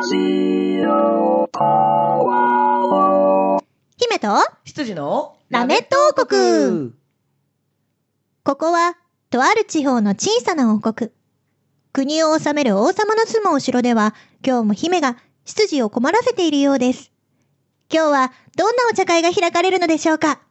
姫と羊のラメット王国。ここはとある地方の小さな王国。国を治める王様の住むお城では、今日も姫が執事を困らせているようです。今日はどんなお茶会が開かれるのでしょうか。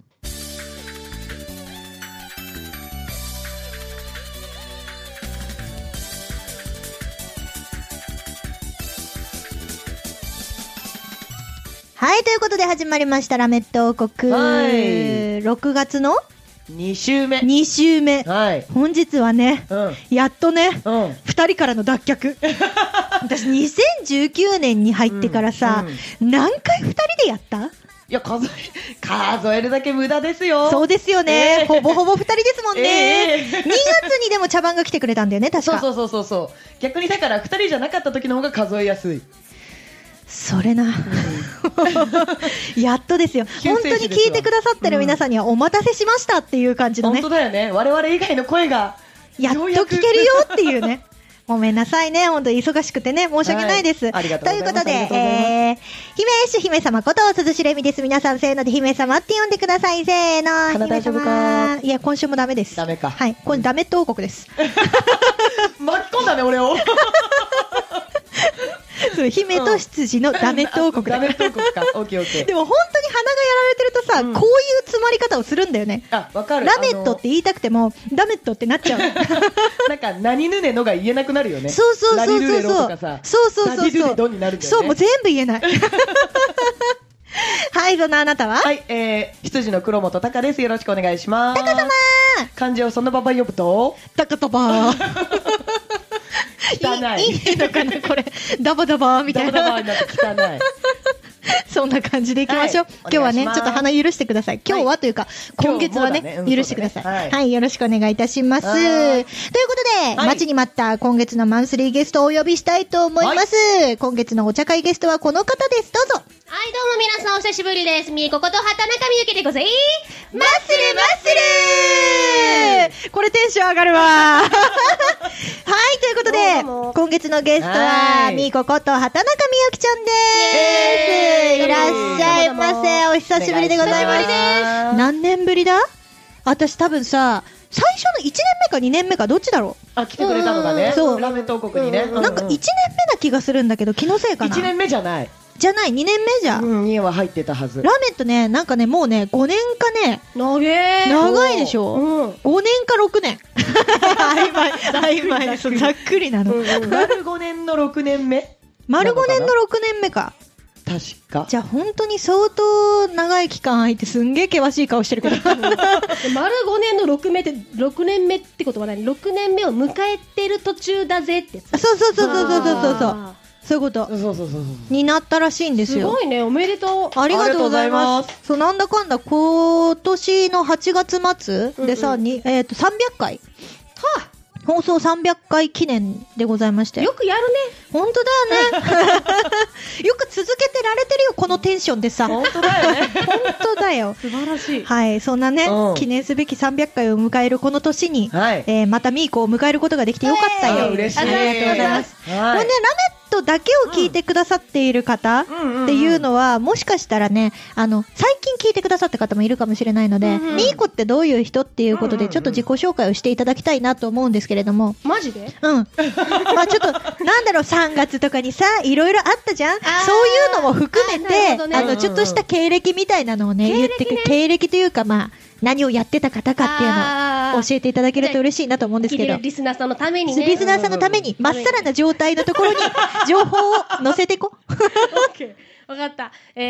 はい、ということで始まりましたラメット王国。 はい 6月の 2週目。 2週目。 はい。 本日はね、やっとね、2人からの脱却。私2019年に入ってからさ、何回2人でやった？ いや、数えるだけ無駄ですよ。 そうですよね。ほぼほぼ2人ですもんね。2月にでも茶番が来てくれたんだよね、確か。 そう。逆にだから2人じゃなかった時の方が数えやすい。 それな、やっとですよ。本当に聞いてくださってる皆さんにはお待たせしましたっていう感じのね。 本当だよね。我々以外の声がやっと聞けるよっていうね。ごめんなさいね、本当に忙しくてね、申し訳ないです。 ありがとうございます。 ということで、姫様こと鈴しれみです。皆さんせーので姫様って呼んでください。せーの。 鼻大丈夫か？ いや、今週もダメです。 ダメか。 はい、これダメット王国です。 巻き込んだね、俺を。 そう、姫と羊のダメット王国だ。 ダメット王国か。オッケー。 でも本当に鼻がやられてるとさ、こういう詰まり方をするんだよね。 あ、わかる。 ラメットって言いたくてもダメットってなっちゃう。 なんか何ぬねのが言えなくなるよね。 そう。 ラリルレロとかさ。 そう。 ラリルレドになるんだよね。 そう、もう全部言えない。はい、そのあなたは？ はい、羊の黒本隆です。よろしくお願いします。 タカ様。 漢字をそのまま呼ぶとタカタバー。 汚い。 いいのかなこれ。ダバダバーみたいな。 ダバダバになって汚い。 そんな感じでいきましょう。今日はね、ちょっと鼻許してください。今日はというか、今月はね、許してください。はい、よろしくお願いいたします。ということで、待ちに待った今月のマンスリーゲストをお呼びしたいと思います。今月のお茶会ゲストはこの方です。どうぞ。 はい、どうも皆さんお久しぶりです。みーここと畑中みゆきでございマッスルこれテンション上がるわはい、ということで、今月のゲストは、みーここと畑中みゆきちゃんです。いらっしゃいませ。お久しぶりでございます。何年ぶりだ？私多分さ、最初の1年目か2年目かどっちだろう？あ、来てくれたのがね。そう。ラメット王国にね。 なんか1年目な気がするんだけど、気のせいかな。 1年目じゃない。 じゃない、2年目じゃ。 2は入ってたはず。 ラメットね、なんかね、もうね、5年かね。長いでしょ？ 5 年か6年。曖昧です。ざっくりなの。 丸5年の6年目？ 丸5年の6年目か。 確か。 じゃあ本当に相当長い期間空いてすんげえ険しい顔してるけど。 丸5年の6年目ってことは何？6年目を迎えてる途中だぜってやつ。 そう。そういうこと。 そう。 になったらしいんですよ。 すごいね、おめでとう。 ありがとうございます。そう、なんだかんだ今年の8月末でさ、300回。はぁ。放送300回記念でございまして。 よくやるね。 本当だよね。よく続けてられてるよ、このテンションでさ。 本当だよね。 本当だよ。 素晴らしい。 はい、そんなね、記念すべき300回を迎えるこの年に、またミーコを迎えることができてよかったよ。 嬉しい。 ありがとうございます。これね、ラメットだけを聞いてくださっている方っていうのは、もしかしたらね、最近聞いてくださった方もいるかもしれないので、ミーコってどういう人っていうことで、ちょっと自己紹介をしていただきたいなと思うんですけれども。 マジで？ まあちょっと、なんだろう、3月とかにさ、いろいろあったじゃん？そういうのも含めて、ちょっとした経歴みたいなのをね、言ってく、経歴というか、まあ、何をやってた方かっていうのを教えていただけると嬉しいなと思うんですけど。 リスナーさんのためにね。 リスナーさんのために、まっさらな状態のところに情報を載せてこ。 わかった。み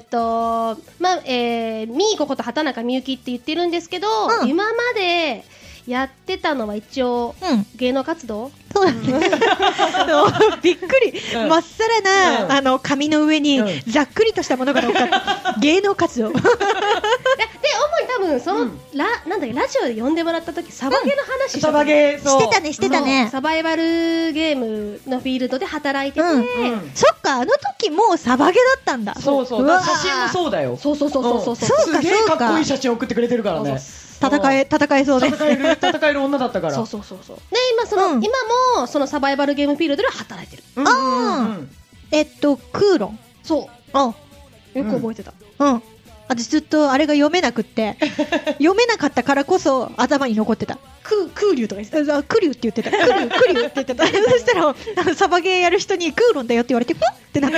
ーここと畑中みゆきって言ってるんですけど、今までやってたのは一応、芸能活動？ そうだね。びっくり。まっさらな、紙の上に、ざっくりとしたものが乗っかった。芸能活動。で、主に多分、その、なんだっけ、ラジオで呼んでもらった時、サバゲの話した。 サバゲ、そう。 してたね。 サバイバルゲームのフィールドで働いてて。 そっか、あの時もうサバゲだったんだ。 そう。写真もそうだよ。 そう。 すげえかっこいい写真送ってくれてるからね。 戦えそうです。 戦える女だったから。 そう。で、今も、そのサバイバルゲームフィールドで働いてる。 クーロン。 そう。 あ、 よく覚えてた。 うん。私ずっとあれが読めなくって、読めなかったからこそ頭に残ってた。 クーリュウとか言ってた。 クリュウって言ってた。クリュウって言ってた。そしたら、サバゲーやる人にクーロンだよって言われて、ふんってなって。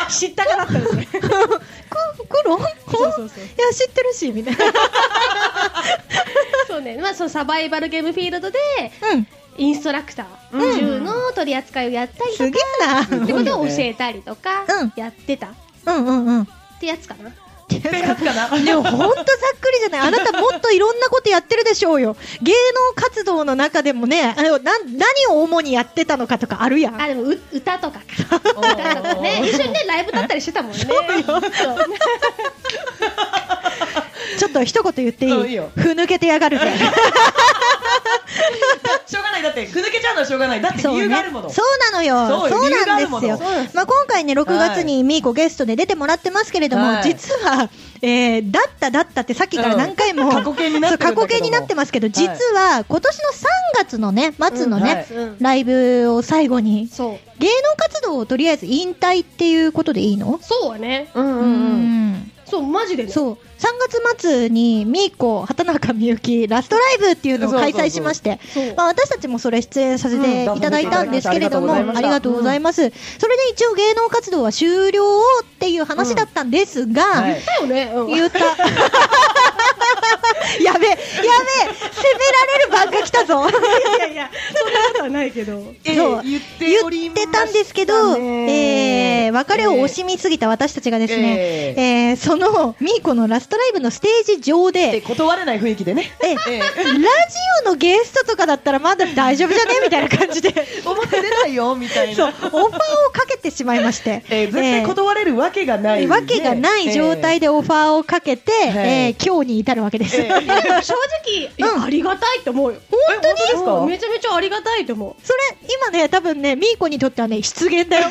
知ったかだったんですね。 クーロンそうそうそう。 いや、知ってるし、みたいな。 そうね。まあ、そのサバイバルゲームフィールドで、 うん。 インストラクター、銃の取り扱いをやったりとか、 すげえな。 ってことを教えたりとか、やってた。 うんうんうん。 ってやつかな。 ってやつかな。 でもほんとざっくりじゃない。あなたもっといろんなことやってるでしょうよ。芸能活動の中でもね、何を主にやってたのかとかあるやん。 あ、でも歌とかか。歌とかね。一緒にね、ライブだったりしてたもんね。そうちょっと一言言っていい？ いいよ。 ふ抜けてやがるぜ。 しょうがない。だってふ抜けちゃうのはしょうがない。だって理由があるもの。 そうなのよ。そうなんですよ。まあ今回ね、6月にミーコゲストで出てもらってますけれども、実はだったってさっきから何回も過去形になってますけど、実は今年の3月のね、末のね、ライブを最後に芸能活動をとりあえず引退っていうことでいいの？ そうはね。そう、マジでね。 そう。3月末にミーコ、畑中みゆきラストライブっていうのを開催しまして、まあ私たちもそれ出演させていただいたんですけれども、ありがとうございます。それで一応芸能活動は終了っていう話だったんですが、 言ったよね。 言った。やべ、責められる番が来たぞ。 いやいや、そんなことはないけど。 そう、言ってたんですけど、別れを惜しみすぎた私たちがですね、そのミーコのラストライブのステージ上で、 断れない雰囲気でね、 ラジオのゲストとかだったらまだ大丈夫じゃねみたいな感じで表出ないよみたいな、そう、 オファーをかけてしまいまして、 絶対断れるわけがない、 わけがない状態でオファーをかけて、今日に至るわけです。 正直、ありがたいと思うよ。 本当にですか？ めちゃめちゃありがたいと思う。 それ今ね、多分ね、ミーコにとってはね、失言だよ。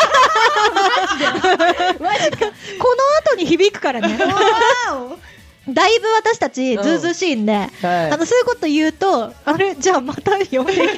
マジか。この後に響くからね。だいぶ私たちずうずうしいんで、そういうこと言うと、あれじゃあまた呼んでい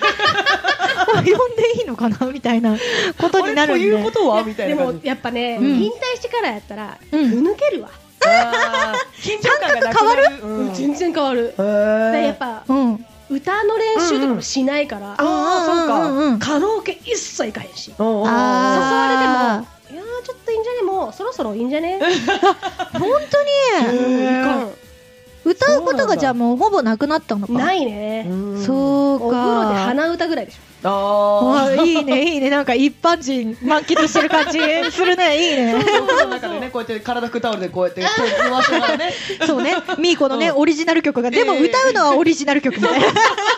いのかなみたいなことになるんで。 ということはみたいな。 でもやっぱね、引退してからやったらふ抜けるわ。 感覚変わる？ 全然変わる。やっぱ歌の練習とかもしないから、カラオケ一切行かへんし、誘われても、いやーちょっといいんじゃね、もうそろそろいいんじゃね。 本当に歌うことがじゃあもうほぼなくなったのか。 ないね。 そうか。 お風呂で鼻歌ぐらいでしょ。 いいねいいね、なんか一般人満喫してる感じするね。いいね。 そう中でね、こうやって体拭くタオルでこうやって回しながらね。 そうね、ミーコのねオリジナル曲が、でも歌うのはオリジナル曲みたいな。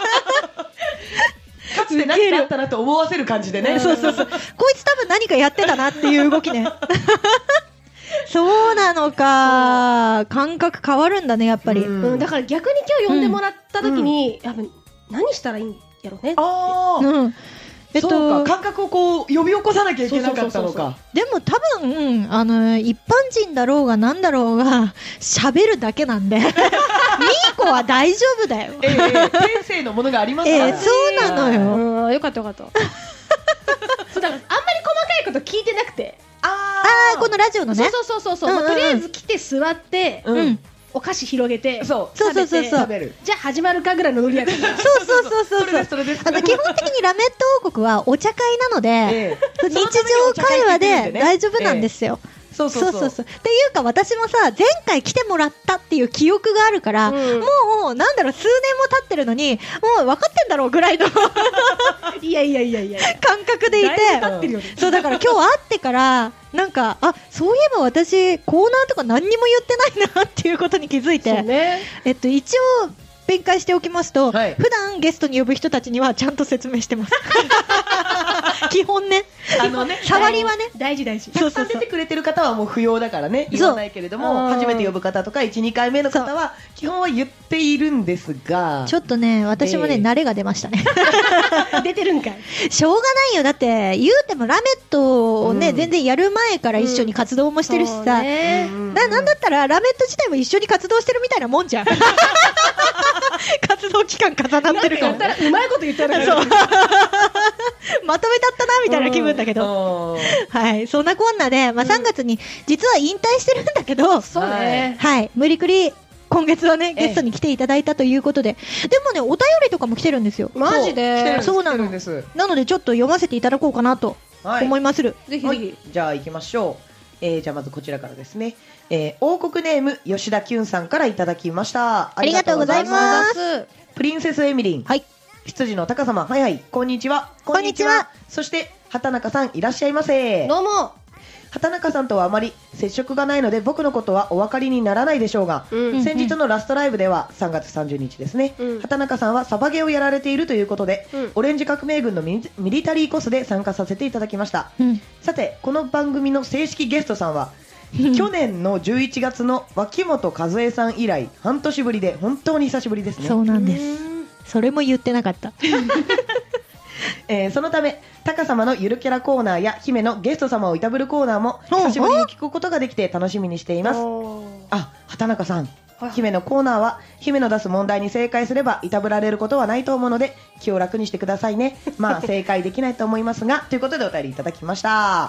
かつて何かあったなと思わせる感じでね。 そうこいつ多分何かやってたなっていう動きね。そうなのか、感覚変わるんだねやっぱり。 だから逆に今日呼んでもらった時に、やっぱ何したらいいんやろうね。 そうか、感覚をこう呼び起こさなきゃいけなかったのか。 でも多分一般人だろうがなんだろうが喋るだけなんでミーコは大丈夫だよ。 天性のものがありますから。 そうなのよ。 よかったよかった。そうだからあんまり細かいこと聞いてなくて。 このラジオのね。 そうとりあえず来て座ってお菓子広げて食べる。じゃあ始まるかぐらいのノリやから。 そう基本的にラメット王国はお茶会なので、日常会話で大丈夫なんですよ。そうっていうか、私もさ、前回来てもらったっていう記憶があるから、もうなんだろう、数年も経ってるのにもう分かってんだろうぐらいのいや感覚でいて、そうだから今日会ってからなんか、そういえば私コーナーとか何にも言ってないなっていうことに気づいて、一応弁解しておきますと、普段ゲストに呼ぶ人たちにはちゃんと説明してます。基本ね、触りはね、 大事。 たくさん出てくれてる方はもう不要だからね、言わないけれども、初めて呼ぶ方とか 1,2 回目の方は基本は言っているんですが、 ちょっとね、私もね、慣れが出ましたね。 出てるんかい。 しょうがないよ。だって言うてもラメットをね、全然やる前から一緒に活動もしてるしさ、なんだったらラメット自体も一緒に活動してるみたいなもんじゃん。活動期間重なってるから。 うまいこと言ったらまとめたっったなみたいな気分だけど、はい、そんなこんなで、まあ、3月に実は引退してるんだけど、 そうね、 はい、無理くり今月はねゲストに来ていただいたということで、でもねお便りとかも来てるんですよ。 マジでそうなの。なのでちょっと読ませていただこうかなと思いまする。 ぜひぜひ。 じゃあ行きましょう。じゃあまずこちらからですね、王国ネーム吉田きゅんさんからいただきました。 ありがとうございます。 プリンセスエミリン、はい、羊の高様、はいはい、こんにちは。 こんにちは。 そして畑中さんいらっしゃいませ。 どうも。 畑中さんとはあまり接触がないので僕のことはお分かりにならないでしょうが、先日のラストライブでは3月30日ですね、畑中さんはサバゲーをやられているということで、オレンジ革命軍のミリタリーコスで参加させていただきました、さてこの番組の正式ゲストさんは去年の11月の脇本和恵さん以来半年ぶりで本当に久しぶりですね。 そうなんです。それも言ってなかったそのためタカ様のゆるキャラコーナーや姫のゲスト様をいたぶるコーナーも久しぶりに聞くことができて楽しみにしています。あ、畑中さん、姫のコーナーは姫の出す問題に正解すればいたぶられることはないと思うので気を楽にしてくださいね。まあ正解できないと思いますがということでお便りいただきました。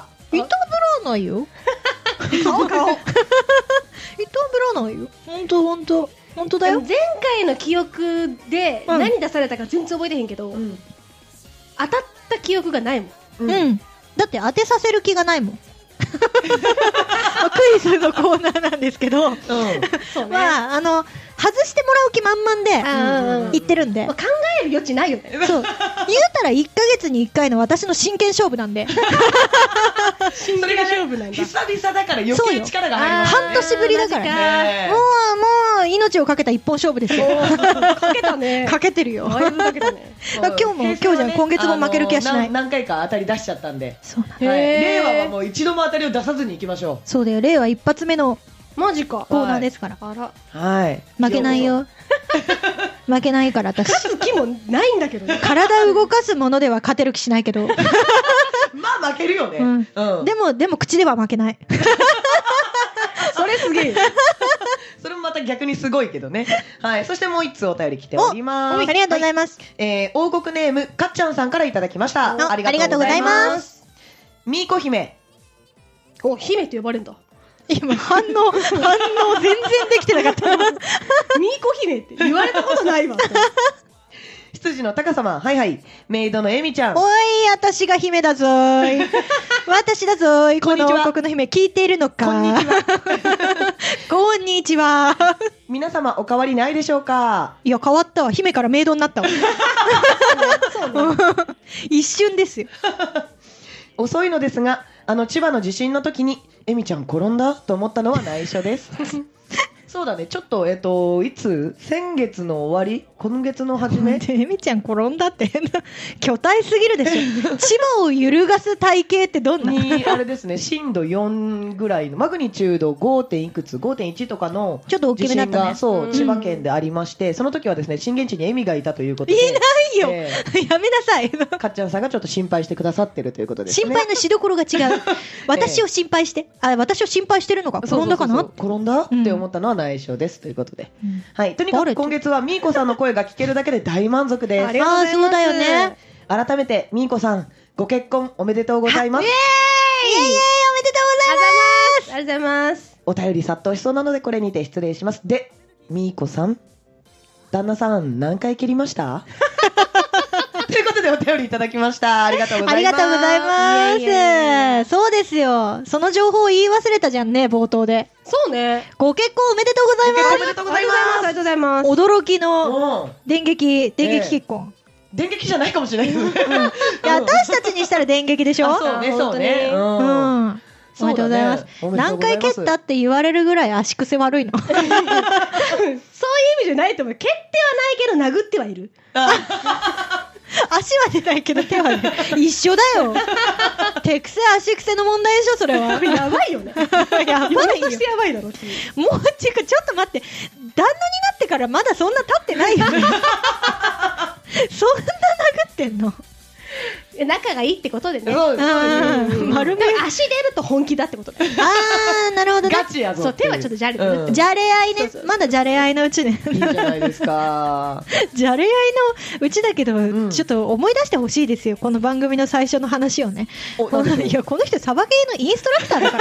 いたぶらないよ顔いたぶらないよ。本当だよ。 前回の記憶で何出されたか全然覚えてへんけど、当たった記憶がないもん。 だって当てさせる気がないもん。クイズのコーナーなんですけど、まあ外してもらう気満々で言ってるんで、 考える余地ないよね。 そう言うたら1ヶ月に1回の私の真剣勝負なんで真剣勝負なんだ。 久々だから余計力が入りますね。 半年ぶりだからね。もう命をかけた一本勝負ですよ。 かけたね。 かけてるよ。 だいぶかけたね。 今日じゃ今月も負ける気はしない。 何回か当たり出しちゃったんで。 そうなんだ。 令和はもう一度も当たりを出さずにいきましょう。 そうだよ。令和一発目のマジかコーナーですから。 あら、 はい、 負けないよ。負けないから私。 勝つ気もないんだけどね。 体動かすものでは勝てる気しないけど。 まあ負けるよね。 でも口では負けない。 それすげえ。 それもまた逆にすごいけどね。はい。そしてもう一つお便り来ております。 ありがとうございます。 王国ネームかっちゃんさんからいただきました。 ありがとうございます。 みーこ姫。 お、姫って呼ばれるんだ。 今反応全然できてなかった。 みーこ姫って言われたことないわ。 羊の高様、はいはい、メイドのエミちゃん。 おい、私が姫だぞーい。私だぞーい。この王国の姫聞いているのか。 こんにちは。 こんにちは。 皆様お変わりないでしょうか。 いや変わったわ。姫からメイドになったわ。一瞬ですよ。 遅いのですが、千葉の地震の時にエミちゃん転んだと思ったのは内緒です。そうだね、ちょっといつ先月の終わり今月の初めエミちゃん転んだって巨体すぎるでしょ。千葉を揺るがす体型ってどんなにあれですね、震度4ぐらいのマグニチュード 5. いくつ 5.1 とかのちょっと大きめだったね。 そう千葉県でありまして、その時はですね震源地にエミがいたということで。 いないよ、やめなさい。 かっちゃんさんがちょっと心配してくださってるということですね。 心配のしどころが違う。私を心配して、私を心配してるのか。転んだかな、 転んだって思ったのは内緒ですということで、はい、とにかく今月はみーこさんの声が聞けるだけで大満足です。 ありがとうございます。 そうだよね。 改めてみーこさんご結婚おめでとうございます。 イエーイおめでとうございます。 ありがとうございます。 お便り殺到しそうなのでこれにて失礼します。で、みーこさん旦那さん何回切りましたということでお便りいただきました。ありがとうございます。 ありがとうございます。そうですよ。その情報を言い忘れたじゃんね、冒頭で。 そうね。 ご結婚おめでとうございます。 おめでとうございます。 ありがとうございます。 驚きの電撃結婚。 電撃じゃないかもしれない。いや、私たちにしたら電撃でしょ。 そうね、そうね。 おめでとうございます。何回蹴ったって言われるぐらい足癖悪いの。 そういう意味じゃないと思う。蹴ってはないけど殴ってはいる。 足は出ないけど手はね、一緒だよ。手癖足癖の問題でしょ、それは。 やばいよね。 やばいよ。 としてやばいだろ。もうちょっと待って、旦那になってからまだそんな経ってないよね。そんな殴ってんの？ 仲がいいってことでね。 丸め足出ると本気だってことだ。 あー、なるほどね。 ガチやぞ。 そう、手はちょっとじゃれる。 じゃれ合いね。まだじゃれ合いのうちね。 いいじゃないですか。 じゃれ合いのうちだけど、ちょっと思い出してほしいですよ。この番組の最初の話をね。いや、この人サバゲーのインストラクターだから。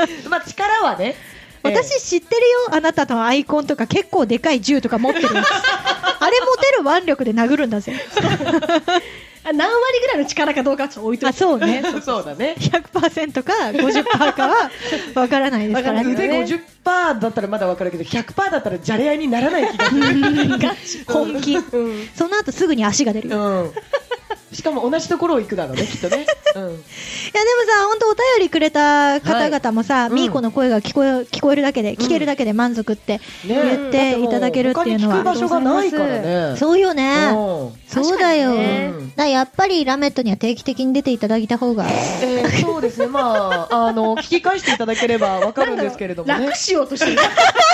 まあ力はね。 私知ってるよ。あなたのアイコンとか結構でかい銃とか持ってるやつ。あれ持てる腕力で殴るんだぜ。 何割ぐらいの力かどうかちょっと置いといて。 そうね。 そうだね。 100% か 50% かはわからないですからね。 腕 50% だったらまだわかるけど 100% だったらじゃれ合いにならない気がする。 ガチ本気。その後すぐに足が出るよ。 しかも同じところを行くだろうね、きっとね。いやでもさ、本当お便りくれた方々もさ、ミーコの声が聞こえるだけで、聞けるだけで満足って言っていただけるっていうのは、 他に聞く場所がないからね。 そうよね。そうだよ。だやっぱりラメットには定期的に出ていただいた方が。 そうですね。まあ聞き返していただければわかるんですけれどもね。 楽しようとしてる。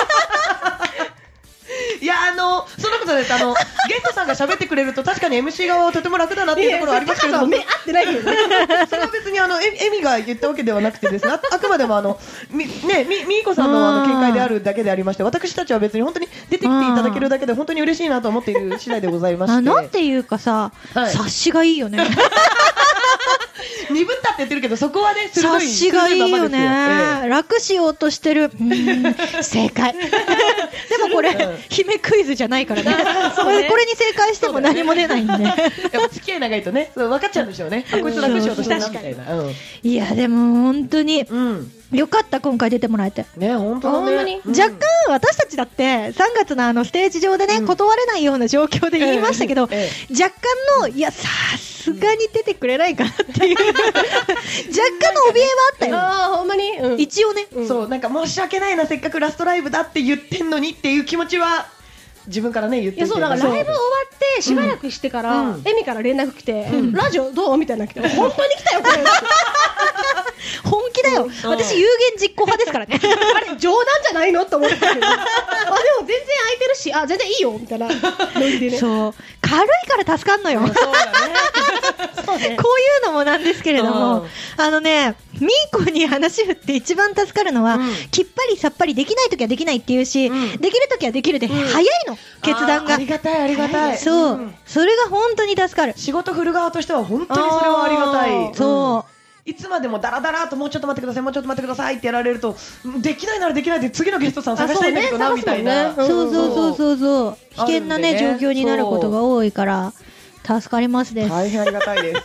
いやそんなことです。ゲストさんが喋ってくれると確かに MC 側はとても楽だなっていうところはありますけれども、 目合ってないけどね。 それは別にエミが言ったわけではなくてですね、あくまでもみーこさんの見解であるだけでありまして、私たちは別に本当に出てきていただけるだけで本当に嬉しいなと思っている次第でございまして。 なんていうかさ、察しがいいよね。 鈍ったって言ってるけど、そこはね、 察しがいいよね。楽しようとしてる。正解。でもこれ、姫クイズじゃないからね。これに正解しても何も出ないんで。 やっぱ付き合い長いとね、分かっちゃうんでしょうね。こいつ楽しようとしてるなみたいな。 いや、でも本当に、よかった、今回出てもらえて。 ね、本当だね。 若干私たちだって3月のステージ上でね、断れないような状況で言いましたけど、若干の、いや、さすがに出てくれないかなっていう、若干の怯えはあったよ。 ああ、ほんまに一応ね。 そう、なんか申し訳ないな、せっかくラストライブだって言ってんのにっていう気持ちは、自分からね、言ってる。 そう、だからライブ終わってしばらくしてから、エミから連絡来て、ラジオどうみたいな来て、本当に来たよ、これ。 本気だよ。私、有言実行派ですからね。 あれ、冗談じゃないのって思ってたけど。あ、でも全然空いてるし、あ、全然いいよ、みたいなノリでね。 そう。軽いから助かんのよ。そうだね。こういうのもなんですけれども、ミーコに話振って一番助かるのは、きっぱりさっぱりできないときはできないっていうし、できるときはできるで、早いの、決断が。 ありがたい、ありがたい。 そう。それが本当に助かる。 仕事振る側としては本当にそれはありがたい。 そう。 いつまでもダラダラともうちょっと待ってください、もうちょっと待ってくださいってやられると、できないならできないで次のゲストさん探したいんだけどな、みたいな。 そう。危険なね、状況になることが多いから、助かりますです。 大変ありがたいです。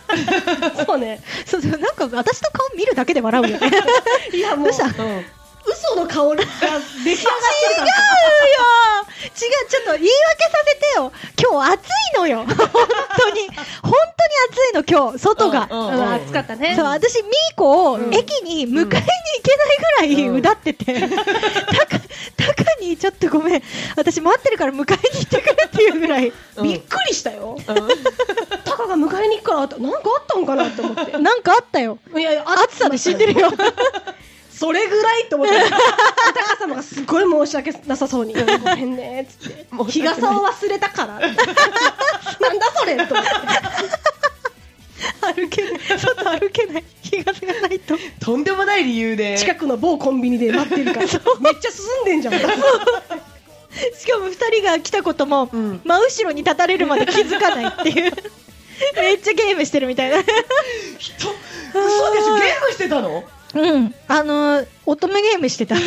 そうね。 そう、なんか私の顔見るだけで笑うよね。 いや、もう。嘘の香りが出来上がってるから。違うよ。 違う、ちょっと言い訳させてよ。今日暑いのよ。本当に暑いの、今日、外が。 暑かったね。 そう、私、ミーコを駅に迎えに行けないぐらい、うだってて。タカに、ちょっとごめん。私待ってるから迎えに行ってくれっていうぐらい。 びっくりしたよ。タカが迎えに行くから、なんかあったんかなって思って。 なんかあったよ。 いや、 暑さで死んでるよ。 それぐらいって思ってタカ様がすごい申し訳なさそうにごめんねっつって日傘を忘れたからなんだそれと思って歩けない、外歩けない、日傘がないととんでもない理由で近くの某コンビニで待ってるからめっちゃ進んでんじゃん。しかも2人が来たことも、真後ろに立たれるまで気づかないっていうめっちゃゲームしてるみたいな。 嘘でしょ、ゲームしてたの？ 乙女ゲームしてた。い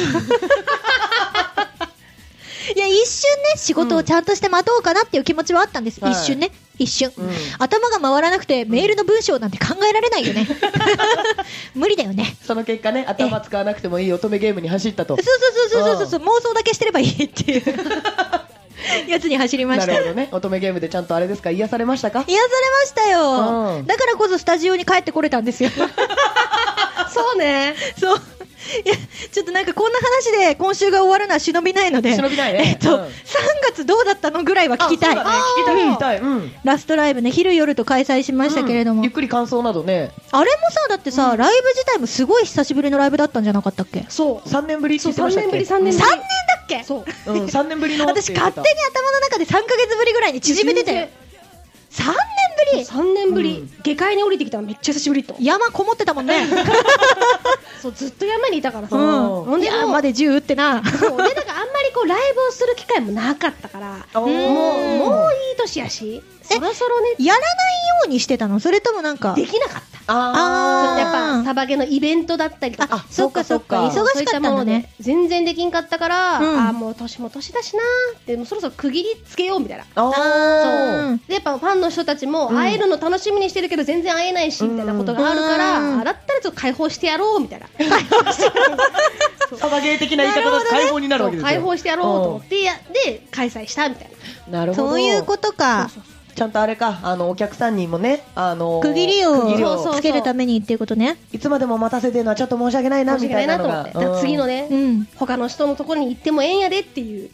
や、一瞬ね、仕事をちゃんとして待とうかなっていう気持ちはあったんです。一瞬ね。一瞬、頭が回らなくてメールの文章なんて考えられないよね。無理だよね。 その結果ね、頭使わなくてもいい乙女ゲームに走ったと。 そう妄想だけしてればいいっていうやつに走りました。 なるほどね。乙女ゲームでちゃんとあれですか、癒されましたか？ 癒されましたよ、だからこそスタジオに帰ってこれたんですよ。 そうね。 そう。いや、ちょっとなんかこんな話で今週が終わるのは忍びないので、 忍びないね。 3月どうだったのぐらいは聞きたい。 聞きたい。 ラストライブね、昼夜と開催しましたけれども、 ゆっくり感想などね。 あれもさ、だってさ、ライブ自体もすごい久しぶりのライブだったんじゃなかったっけ？ そう、3年ぶりって言ってましたっけ？ 3年だっけ？ そう、3年ぶりの。 私勝手に頭の中で3ヶ月ぶりぐらいに縮めてたよ。 3年ぶり 3年ぶり、下界に降りてきたのめっちゃ久しぶりと。 山こもってたもんね。 そう、ずっと山にいたからさ。 ほんで山で銃撃ってな。 そうで、なんかあんまりこうライブをする機会もなかったから、もういい年やし、そろそろね。 やらないようにしてたの？それともなんかできなかった。やっぱサバゲのイベントだったりとか、 そっかそっか、忙しかったのね。 全然できんかったから、もう年も年だしなーって、もうそろそろ区切りつけようみたいな。そうで、やっぱファンの人たちも会えるの楽しみにしてるけど全然会えないしみたいなことがあるから、だったらちょっと解放してやろうみたいな。 サバゲー的な言い方だと解放になるわけですよ。 解放してやろうと思ってで開催したみたいな。なるほど。 そういうことか。 ちゃんとあれか、お客さんにもね、 区切りをつけるためにっていうことね。 いつまでも待たせてるのはちょっと申し訳ないなみたいなのが。 次のね、他の人のところに行ってもええんやでっていう。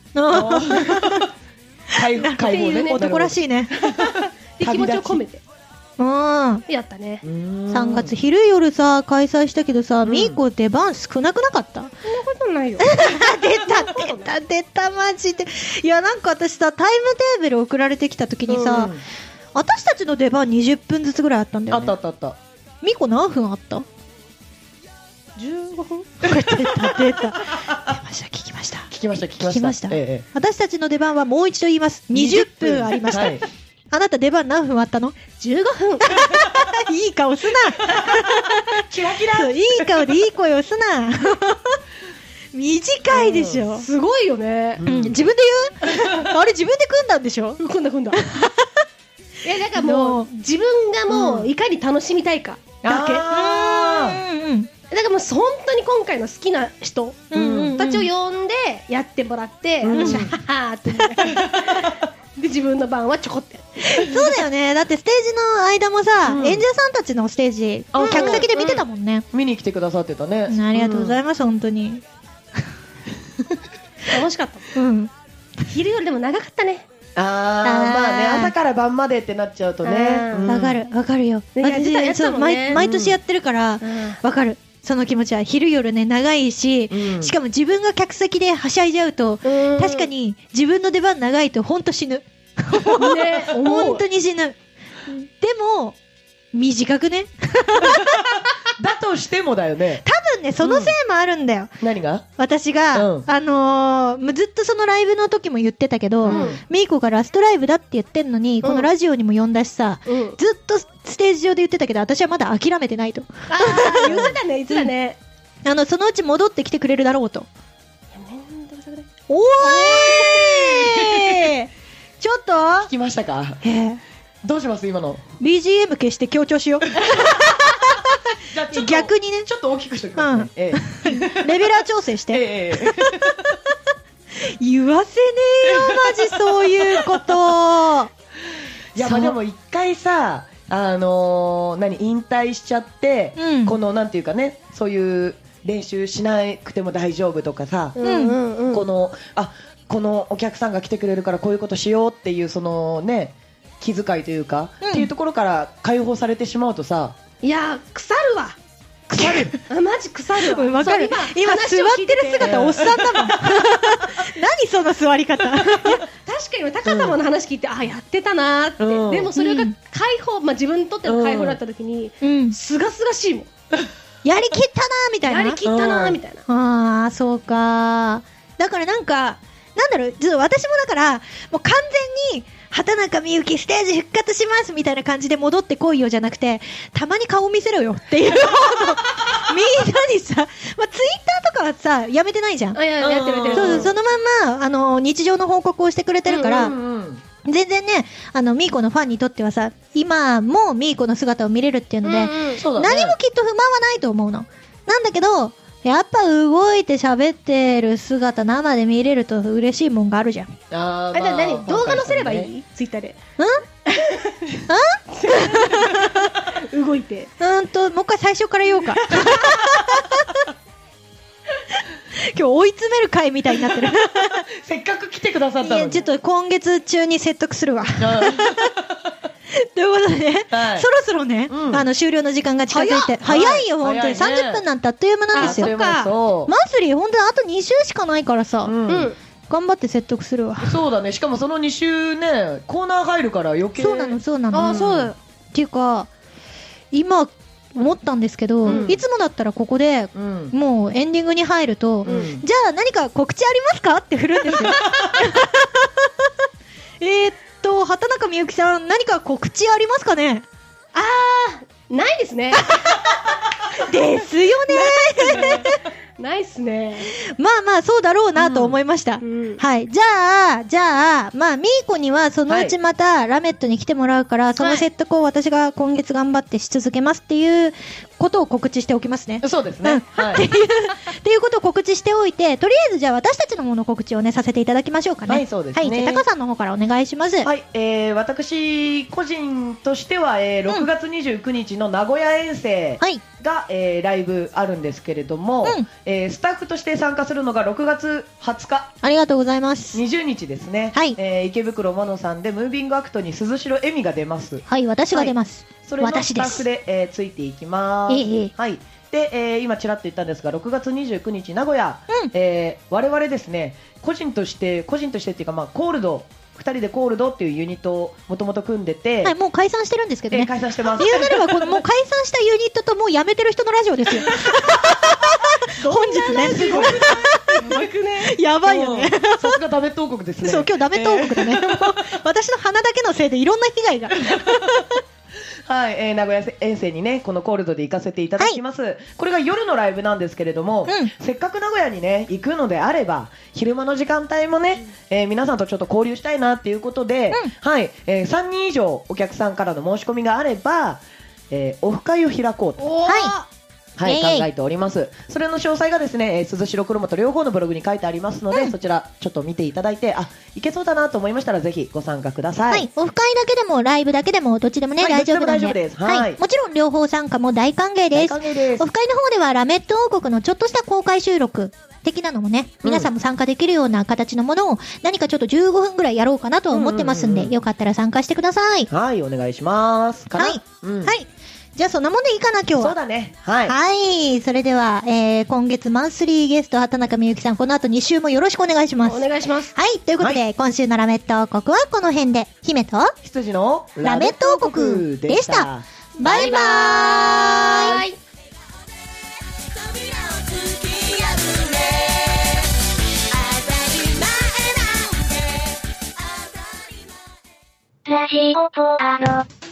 解放ね。 男らしいね。 気持ちを込めて。やったね。 3月昼夜さ開催したけどさ、みーこ出番少なくなかった？ そんなことないよ。 出たマジで。いや、なんか私さ、タイムテーブル送られてきた時にさ、私たちの出番20分ずつぐらいあったんだよね。 あった。 みーこ何分あった？ 15分？ 出た。聞きました。私たちの出番はもう一度言います。20分ありました。あなた出番何分あったの ？15分。 いい顔すな。 キラキラ。 いい顔でいい声をすな。短いでしょ。 すごいよね。 自分で言う？あれ自分で組んだんでしょ？ 組んだ。いや、だからもう自分がもういかに楽しみたいかだけ。だからもう本当に今回の好きな人たちを呼んでやってもらって、私はははーって。で自分の番はちょこって。 そうだよね。だってステージの間もさ、演者さんたちのステージ客席で見てたもんね。 見に来てくださってたね。 ありがとうございます。本当に楽しかった。昼よりでも長かったね。 まあね、朝から晩までってなっちゃうとね。 わかるよ。毎年やってるからわかる。その気持ちは。昼夜ね長いし、しかも自分が客席ではしゃいじゃうと、確かに自分の出番長いとほんと死ぬ。本当に死ぬ。でも短くね。 だとしてもだよね。 多分ね、そのせいもあるんだよ。 何が？ 私が、ずっとそのライブの時も言ってたけど、みーこがラストライブだって言ってんのに、このラジオにも呼んだしさ、ずっとステージ上で言ってたけど、私はまだ諦めてないと。 言ってたね、言ってたね。 そのうち戻ってきてくれるだろうと。おーいちょっと聞きましたか？どうします今の BGM 消して強調しよう。 じゃあ逆にね、 ちょっと大きくしておきますね。 レベラー調整して。言わせねえよマジそういうこと。 いや、まあでも一回さ、引退しちゃって、このなんていうかね、そういう練習しなくても大丈夫とかさ、このお客さんが来てくれるからこういうことしようっていうそのね、気遣いというか、っていうところから解放されてしまうとさ、 いや腐るわ。マジ腐るわ。 わかる。今座ってる姿おっさんだもん。何その座り方。 確かに高様の話聞いて、やってたなーって。でもそれが解放、自分にとっての解放だった時にすがすがしいもん。 やりきったなーみたいな。 やりきったなーみたいな。 そうか。だからなんだろう、私もだからもう完全に畑中美幸ステージ復活しますみたいな感じで戻ってこいよじゃなくて、たまに顔見せろよっていうのをみんなにさ、ツイッターとかはさやめてないじゃん。 やってる。 そう、そのまんま日常の報告をしてくれてるから、全然ね、ミーコのファンにとってはさ、今もミーコの姿を見れるっていうので、何もきっと不満はないと思うの。なんだけど、やっぱ動いて喋ってる姿生で見れると嬉しいもんがあるじゃん。 何動画載せればいい？ツイッターで。動いて。 もう一回最初から言おうか。今日追い詰める回みたいになってる。 せっかく来てくださったのに。 いや、ちょっと今月中に説得するわ。ということでね、そろそろね、終了の時間が近づいて、早いよ本当に。30分なんてあっという間なんですよ。マンスリー本当にあと2週しかないからさ、 頑張って説得するわ。 そうだね。しかもその2週ね、コーナー入るから余計。 そうなのそうなの。 あ、そうだ。 っていうか今思ったんですけど、いつもだったらここで、もうエンディングに入ると、じゃあ何か告知ありますかって振るんですよ。畑中みゆきさん、何か告知ありますかね？ ないですね。 ですよね。 ないっすね。 まあまあそうだろうなと思いました。はい。じゃあまあみーこにはそのうちまたラメットに来てもらうから、その説得を私が今月頑張ってし続けますっていうことを告知しておきますね。 そうですね。 っていうことを告知しておいて、とりあえずじゃあ私たちのもの告知をねさせていただきましょうかね。 はい、そうですね。 はい。じゃあタカさんの方からお願いします。 はい。私個人としては、6月29日の名古屋遠征が、ライブあるんですけれども、スタッフとして参加するのが6月20日。 ありがとうございます。 20日ですね。はい。池袋モノさんでムービングアクトに鈴代恵美が出ます。 はい、私が出ます。 それのスタッフで、ついていきます。はい。で、今ちらっと言ったんですが、6月29日名古屋、我々ですね、個人としてっていうか、まあコールド。2人でコールドっていうユニットをもともと組んでて、 はい、もう解散してるんですけどね。 解散してます。 言うなればこのもう解散したユニットともう辞めてる人のラジオですよ。本日ね。やばいよね。 さすがダメット王国ですね。 そう、今日ダメット王国だね。私の鼻だけのせいでいろんな被害が。 はい、名古屋遠征にね、このコールドで行かせていただきます。これが夜のライブなんですけれども、せっかく名古屋にね、行くのであれば、昼間の時間帯もね、皆さんとちょっと交流したいなっていうことで、はい、3人以上お客さんからの申し込みがあれば、オフ会を開こうと。はい、考えております。それの詳細がですね、鈴代黒本両方のブログに書いてありますので、そちらちょっと見ていただいて、いけそうだなと思いましたらぜひご参加ください。 はい、オフ会だけでもライブだけでもどっちでもね、大丈夫なんで。 大丈夫です。 はい。もちろん両方参加も大歓迎です。オフ会の方ではラメット王国のちょっとした公開収録的なのもね、皆さんも参加できるような形のものを何かちょっと15分ぐらいやろうかなと思ってますんで、よかったら参加してください。 はい、お願いします。 はい。はい。じゃあそんなもんでいいかな今日は。 そうだね。はい。 はい。それでは、今月マンスリーゲスト畑中みゆきさん、この後2週もよろしくお願いします。 お願いします。 はい。ということで、今週のラメット王国はこの辺で、姫と羊のラメット王国でした。バイバーイ。 ラジオポアロ。